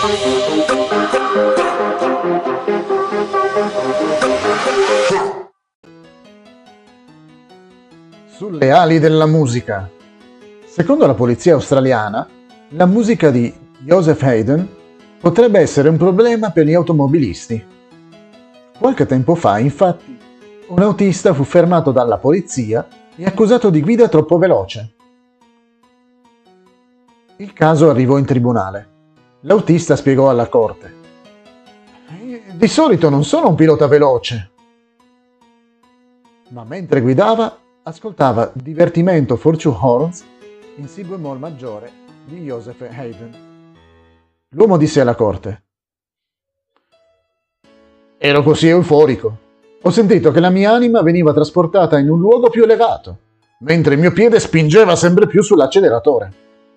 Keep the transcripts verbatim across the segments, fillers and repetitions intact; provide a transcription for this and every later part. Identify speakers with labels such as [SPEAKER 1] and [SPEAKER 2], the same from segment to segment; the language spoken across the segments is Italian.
[SPEAKER 1] Sulle ali della musica. Secondo la polizia australiana, la musica di Joseph Haydn potrebbe essere un problema per gli automobilisti. Qualche tempo fa, infatti, un autista fu fermato dalla polizia e accusato di guida troppo veloce. Il caso arrivò in tribunale. L'autista spiegò alla corte: "Di solito non sono un pilota veloce", ma mentre guidava ascoltava Divertimento for Two Horns in si bemoll maggiore di Joseph Haydn. L'uomo disse alla corte: "Ero così euforico. Ho sentito che la mia anima veniva trasportata in un luogo più elevato, mentre il mio piede spingeva sempre più sull'acceleratore".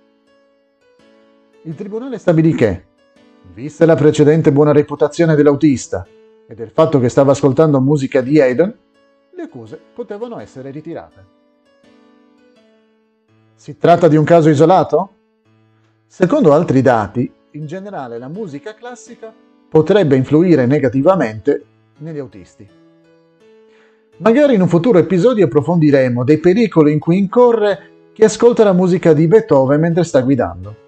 [SPEAKER 1] Il tribunale stabilì che, vista la precedente buona reputazione dell'autista e del fatto che stava ascoltando musica di Haydn, le accuse potevano essere ritirate. Si tratta di un caso isolato? Secondo altri dati, in generale la musica classica potrebbe influire negativamente negli autisti. Magari in un futuro episodio approfondiremo dei pericoli in cui incorre chi ascolta la musica di Beethoven mentre sta guidando.